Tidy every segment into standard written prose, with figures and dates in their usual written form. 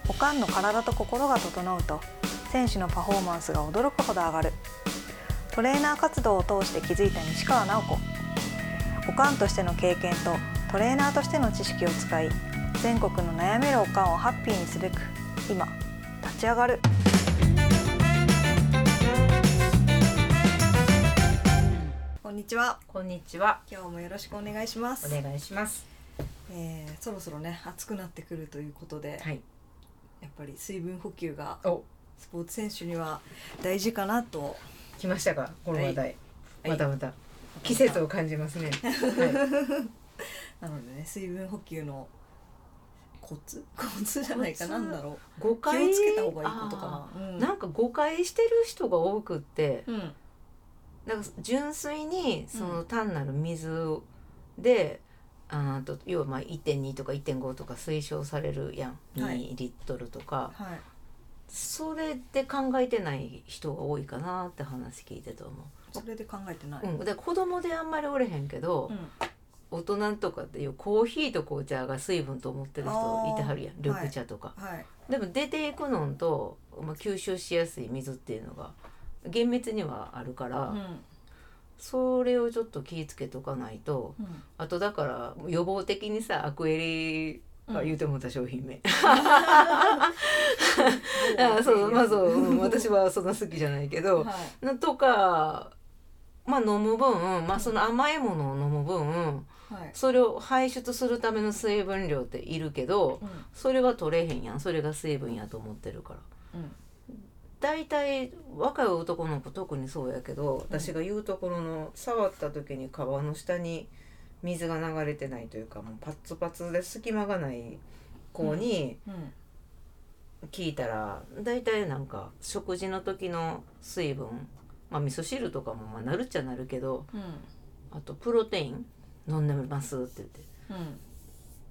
おかんの体と心が整うと選手のパフォーマンスが驚くほど上がる。トレーナー活動を通して気づいた西川直子。おかんとしての経験とトレーナーとしての知識を使い、全国の悩めるおかんをハッピーにすべく今立ち上がる。こんにちは。 こんにちは。 今日もよろしくお願いします。 お願いします。 そろそろね暑くなってくるということで、 はい、 やっぱり水分補給がスポーツ選手には大事かなと。 来ましたか、この話題、 はい、 またまた季節を感じますね。はいなのでね、水分補給のコツじゃないかなんだろう。 誤解気をつけた方がいいことかな。 なんか誤解してる人が多くって、なんか純粋にその単なる水で、要はまあ 1.2 とか 1.5 とか推奨されるやん、2リットルとか、それで考えてない人が多いかなって話聞いてと思う。 それで考えてない、 で子供であんまりおれへんけど、大人とかっていうコーヒーと紅茶が水分と思ってる人いてはるやん、緑茶とか、でも出ていくのと、吸収しやすい水っていうのが厳密にはあるから、それをちょっと気ぃつけとかないと、あとだから予防的にさ、アクエリ言うてもた商品名私はそんな好きじゃないけど、とか飲む分、その甘いものを飲む分、それを排出するための水分量っているけど、それは取れへんやん。それが水分やと思ってるから、だいたい若い男の子特にそうやけど、私が言うところの触った時に皮の下に水が流れてないというか、もうパツパツで隙間がない子に聞いたら、だいたいなんか食事の時の水分、味噌汁とかもなるっちゃなるけど、あとプロテイン飲んでますって言って、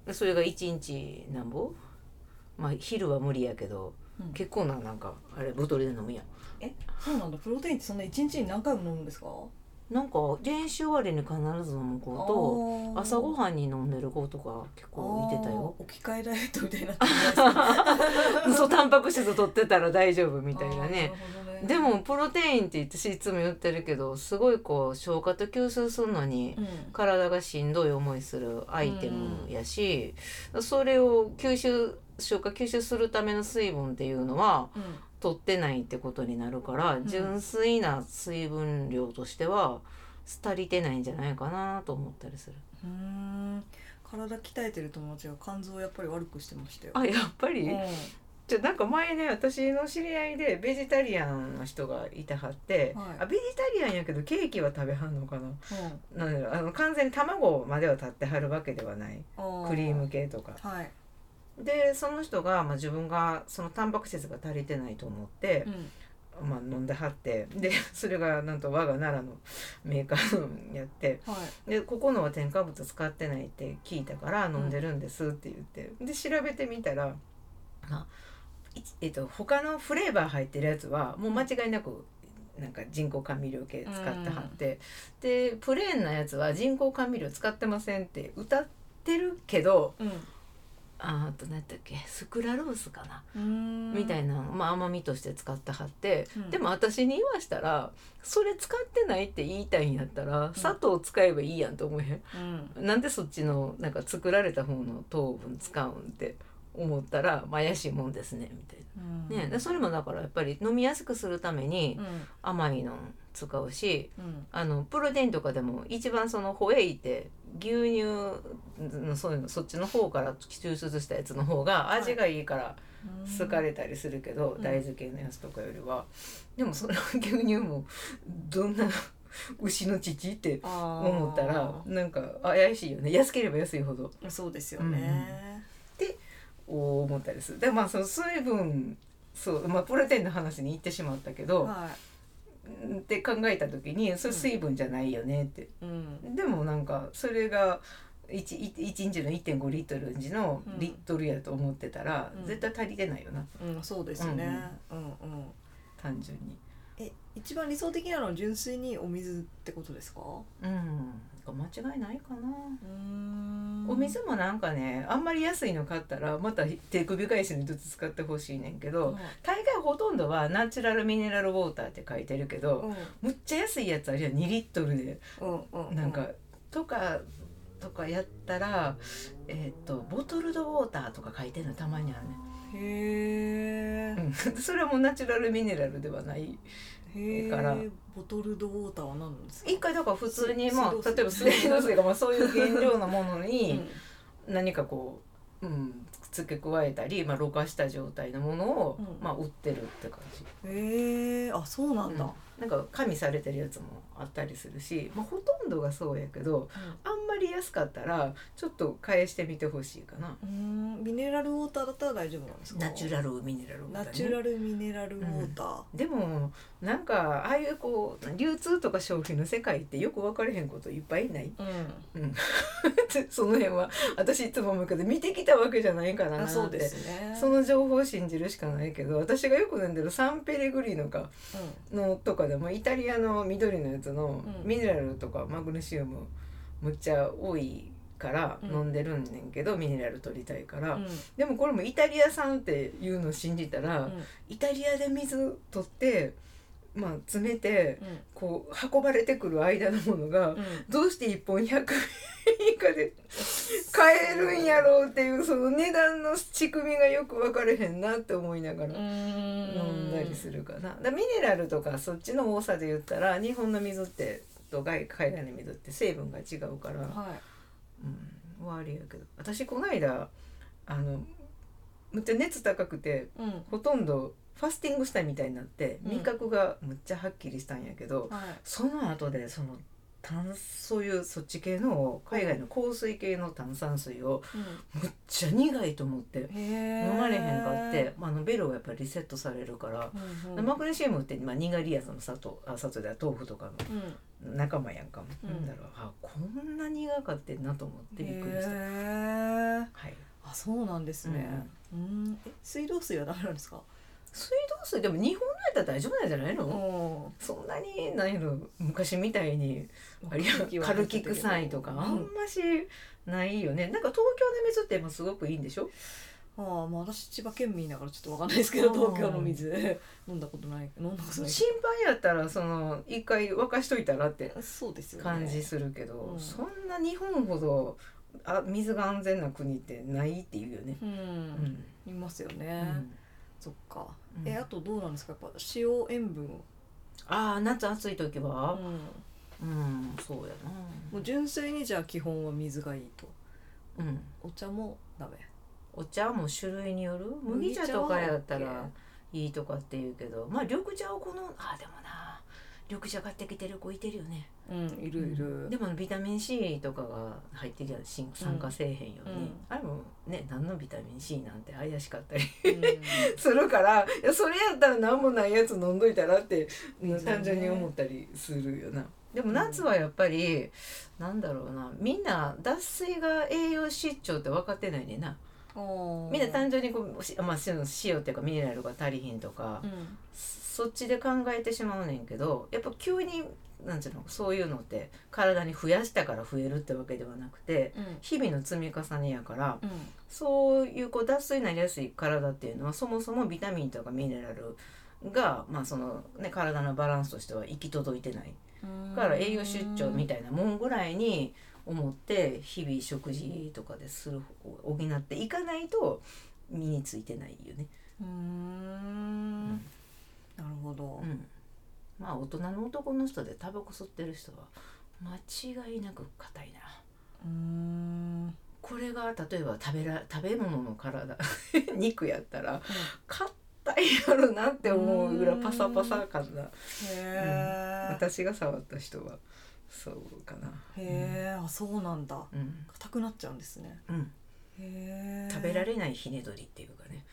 それが1日なんぼ、昼は無理やけど、結構なんかあれボトルで飲むやん。 そうなんだ。プロテインってそんな1日に何回も飲むんですか？ なんか練習終わりに必ず飲む子と、朝ごはんに飲んでる子とか結構いてたよ。 置き換えダイエットみたいになってないですか？ そう、タンパク質取ってたら大丈夫みたいなね。 ね、 でもプロテインって言っていつも言ってるけど、すごいこう消化と吸収するのに体がしんどい思いするアイテムやし、それを消化吸収するための水分っていうのは、取ってないってことになるから、純粋な水分量としては足りてないんじゃないかなと思ったりする。 体鍛えてる友達が肝臓をやっぱり悪くしてましたよ。 やっぱり、なんか前ね、私の知り合いでベジタリアンの人がいてはって、ベジタリアンやけどケーキは食べはんのかな、なんだろう、完全に卵までは立ってはるわけではない、クリーム系とか、でその人が、自分がそのタンパク質が足りてないと思って、飲んではって、でそれがなんと我が奈良のメーカーのやって、でここのは添加物使ってないって聞いたから飲んでるんですって言って、で調べてみたら、他のフレーバー入ってるやつはもう間違いなくなんか人工甘味料系使ってはって、でプレーンなやつは人工甘味料使ってませんって歌ってるけど、何だっけ、スクラロースかなみたいな、甘みとして使ってはって、でも私に言わしたら、それ使ってないって言いたいんやったら、砂糖使えばいいやんと思えへん、なんでそっちのなんか作られた方の糖分使うんって思ったら、怪しいもんですねみたいな、でそれもだからやっぱり飲みやすくするために甘いの使うし、プロテインとかでも一番そのホエイって牛乳のそういうの、そっちの方から抽出したやつの方が味がいいから好かれたりするけど、大豆系のやつとかよりは。でもその牛乳もどんな牛の乳って思ったらなんか怪しいよね。安ければ安いほど。 そうですよね、 って思ったりする。でその水分、プロテインの話に行ってしまったけど、って考えた時に、それ水分じゃないよねって、でもなんかそれが1日の 1.5 リットルのリットルやと思ってたら、絶対足りてないよな、 そうですね、 単純に。 一番理想的なのは純粋にお水ってことですか？ 間違いないかな。お水もなんかね、あんまり安いの買ったらまた手首返しにずつ使ってほしいねんけど、大概ほとんどはナチュラルミネラルウォーターって書いてるけど、むっちゃ安いやつあるいは2リットルで、なんかとかやったら、ボトルドウォーターとか書いてるのたまにあるね。 へえ、 それはもうナチュラルミネラルではないからボトルドウォーターは何なんですか？ 一回だから普通に、まあ、例えば水道水がまあそういう原料のものに何かこう、付け加えたり、まあ、ろ過した状態のものを、まあ、売ってるって感じ。 へえ、あ、そうなんだ。 なんか加味されてるやつもあったりするし、まあ、ほとんどがそうやけど、あんまり安かったらちょっと返してみてほしいかな。 ミネラルウォーターだったら大丈夫なんですか？ ナチュラルミネラルウォーター、ね、 ナチュラルミネラルウォーター、 でもなんかああいうこう流通とか消費の世界ってよく分かれへんこといっぱいない、その辺は私いつも思うけど見てきたわけじゃないからなって。 そうですね、 その情報を信じるしかないけど、私がよく飲んでるサンペレグリーノかのとかでもイタリアの緑のやつのミネラルとかマグネシウムむっちゃ多いから飲んでるんねんけど、ミネラル取りたいから、でもこれもイタリア産っていうのを信じたら、イタリアで水取ってまあ詰めてこう運ばれてくる間のものがどうして1本100円以下で買えるんやろうっていうその値段の仕組みがよく分かれへんなって思いながら飲んだりするかな。だミネラルとかそっちの多さで言ったら日本の水ってと海外の水って成分が違うから、悪いやけど私この間むっちゃ熱高くて、ほとんどファスティングしたみたいになって味覚がむっちゃはっきりしたんやけど、その後でそのそういうそっち系の海外の香水系の炭酸水をむっちゃ苦いと思って飲まれへんかって、ベロがやっぱりリセットされるから、マグネシウムって、苦りやつの砂糖で豆腐とかの仲間やんかも、なんだろう、こんな苦かってんなと思ってびっくりした。はい、 あ、そうなんですね。水道水はダメなんですか？ 水道水でも日本のやったら大丈夫なんじゃないの？そんなに何の昔みたいにカルキ臭いとかあんましないよね。なんか東京の水ってすごくいいんでしょ？ 私千葉県民だからちょっと分かんないですけど、東京の水飲んだことない。 心配やったら一回沸かしといたらって感じするけど、そんな日本ほど水が安全な国ってないっていうよね。 いますよね。そっか。あとどうなんですか？やっぱ塩塩分を。 夏暑い時はそうやな。 もう純粋にじゃあ基本は水がいいと。お茶もダメ？ お茶も種類による。麦茶とかやったらいいとかって言うけど、緑茶をでもな、緑茶買ってきてる子いてるよね。 いるいる。 でもビタミン C とかが入ってるやん、酸化せえへんように、あれもね、何のビタミン C なんて怪しかったりするから、それやったら何もないやつ飲んどいたらって単純に思ったりするよな。でも夏はやっぱりなんだろうな、みんな脱水が栄養失調って分かってないねんな。みんな単純に塩っていうかミネラルが足りひんとか、そっちで考えてしまうねんけど、やっぱ急になんていうの、そういうのって体に増やしたから増えるってわけではなくて、日々の積み重ねやから、そういう脱水になりやすい体っていうのはそもそもビタミンとかミネラルが、体のバランスとしては行き届いてないから栄養失調みたいなもんぐらいに思って日々食事とかでする補っていかないと身についてないよね。 なるほど。 大人の男の人でタバコ吸ってる人は間違いなく硬いな。これが例えば食べ物の体肉やったら硬いやろなって思うぐらいパサパサ感な。私が触った人はそうかな。 そうなんだ。硬くなっちゃうんですね。 食べられないひねどりっていうかね。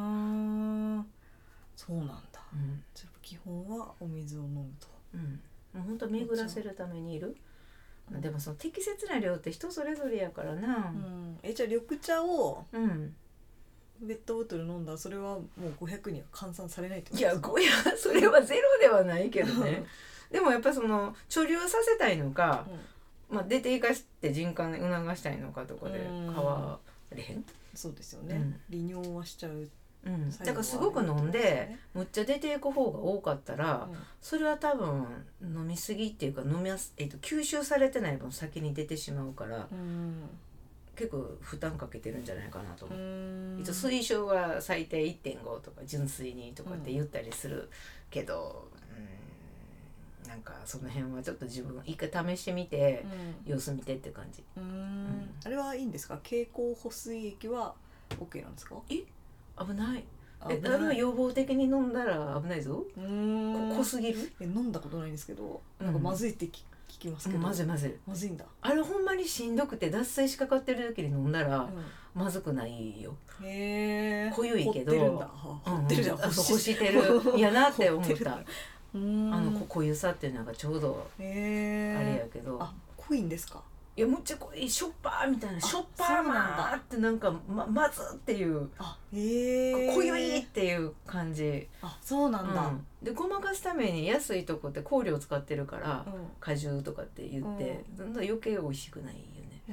そうなんだ。じゃあ基本はお水を飲むと。 もうほんと巡らせるためにいる。でもその適切な量って人それぞれやからな。 じゃあ緑茶をペットボトル飲んだらそれはもう500には換算されないってこいやとですか？ それはゼロではないけどねでもやっぱその貯留させたいのか、まあ、出ていかして循環促したいのかとかで変われへん。 そうですよね、利尿はしちゃう、 だからすごく飲んでむっちゃ出ていく方が多かったら、それは多分飲みすぎっていうか吸収されてない分先に出てしまうから、結構負担かけてるんじゃないかなと思う。推奨は最低 1.5 とか純粋にとかって言ったりするけど、なんかその辺はちょっと自分一回試してみて、様子見てって感じ。 あれはいいんですか？経口補水液は OK なんですか？ 危ない。あれは予防的に飲んだら危ないぞ。濃すぎる？ 飲んだことないんですけど、なんかまずいって聞きますけど。 まずいんだ。 あれほんまにしんどくて脱水しかかってる時に飲んだら、まずくないよ。濃ゆいけど掘ってるじゃん。 干してるやなって思った。濃ゆさっていうのがちょうどあれやけど。 濃いんですか？ いやむっちゃ濃い、しょっぱーみたいな、しょっぱーまーってなんかまずっていう、濃ゆいっていう感じ。 そうなんだ。 でごまかすために安いとこって香料使ってるから、果汁とかって言って、だんだん余計美味しくないよ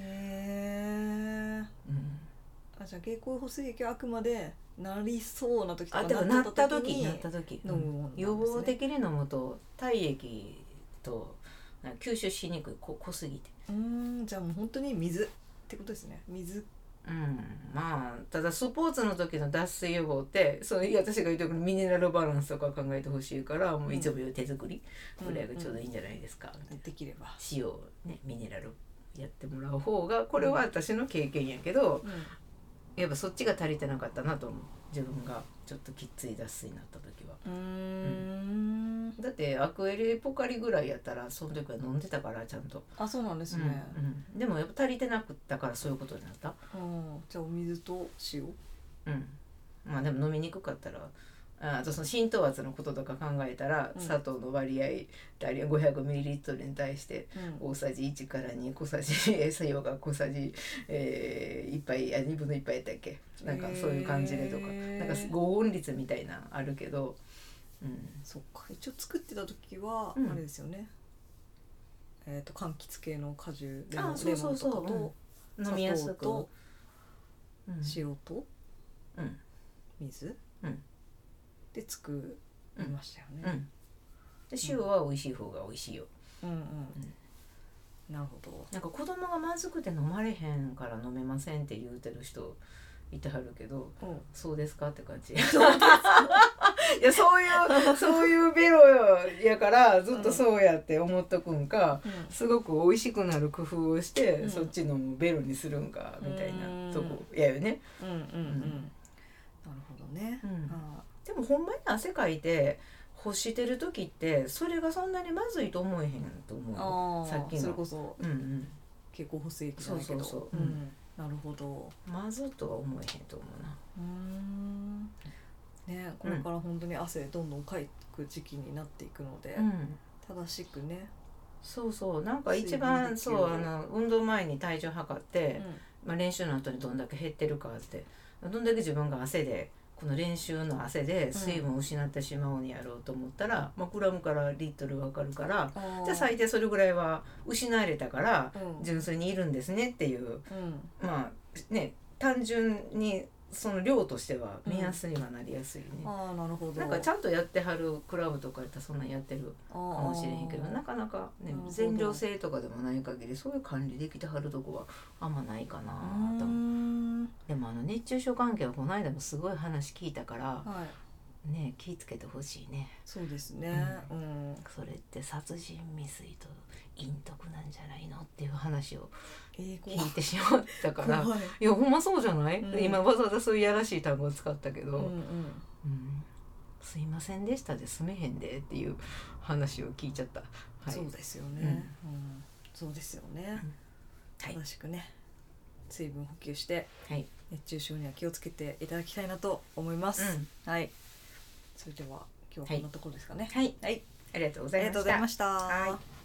ね。 じゃあ経口補水液はあくまでなりそうな時とかなった時飲むものなんですね。 予防的に飲むと体液と吸収しにくい、濃すぎて。 じゃあもう本当に水ってことですね。水。 まあただスポーツの時の脱水予防って私が言うところミネラルバランスとか考えてほしいから、もういつも言う手作りぐらいがちょうどいいんじゃないですか。 できれば塩ね、ミネラルやってもらう方が、これは私の経験やけど、やっぱそっちが足りてなかったなと思う。自分がちょっときつい脱水になった時は。だってアクエリポカリぐらいやったらその時は飲んでたからちゃんと。 そうなんですね。 でもやっぱ足りてなくったからそういうことになった。 じゃあお水と塩。 まあでも飲みにくかったら、あとその浸透圧のこととか考えたら、砂糖の割合500ml に対して大さじ1から2、小さじ作用が小さじ、1杯2分の1杯やったっけ、なんかそういう感じでとか、なんか合温率みたいなあるけど、 そっか。一応作ってた時はあれですよね、柑橘系の果汁レモンとかと飲みやすく、 塩と水で作りましたよね。 で塩は美味しい方が美味しいよ。 なるほど。 なんか子供がまずくて飲まれへんから飲めませんって言うてる人いてはるけど、そうですかって感じ。いやそういうベロやからずっとそうやって思っとくんか、すごく美味しくなる工夫をして、そっちのベロにするんかみたいなとこやよね。 なるほどね。 でもほんまに汗かいて干してる時ってそれがそんなにまずいと思えへんと思う。さっきのそれこそ経口補水液じゃないけど。なるほど。 まずとは思えへんと思うな。ね、これから本当に汗どんどんかいく時期になっていくので、正しくね。 なんか一番運動前に体重測って、練習の後にどんだけ減ってるかって、どんだけ自分が汗でこの練習の汗で水分を失ってしまうんやろうと思ったら、グラムからリットル分かるから、じゃあ最低それぐらいは失われたから純粋にいるんですねっていう、まあね、単純にその量としては目安にはなりやすいね。 なるほど。 なんかちゃんとやってはるクラブとかやったらそんなんやってるかもしれへんけど、なかなかね全寮制とかでもない限りそういう管理できてはるとこはあんまないかなと思う。でも熱中症関係はこの間もすごい話聞いたから、ね、気ぃつけてほしいね。 そうですね。 それって殺人未遂と陰徳なんじゃないのっていう話を聞いてしまったから、いやほんまそうじゃない？今わざわざそういうやらしい単語を使ったけど、すいませんでしたで済めへんでっていう話を聞いちゃった。 そうですよね。そうですよね。正しくね、水分補給して熱中症には気をつけていただきたいなと思います。はい。それでは今日はこんなところですかね。 はい。ありがとうございました。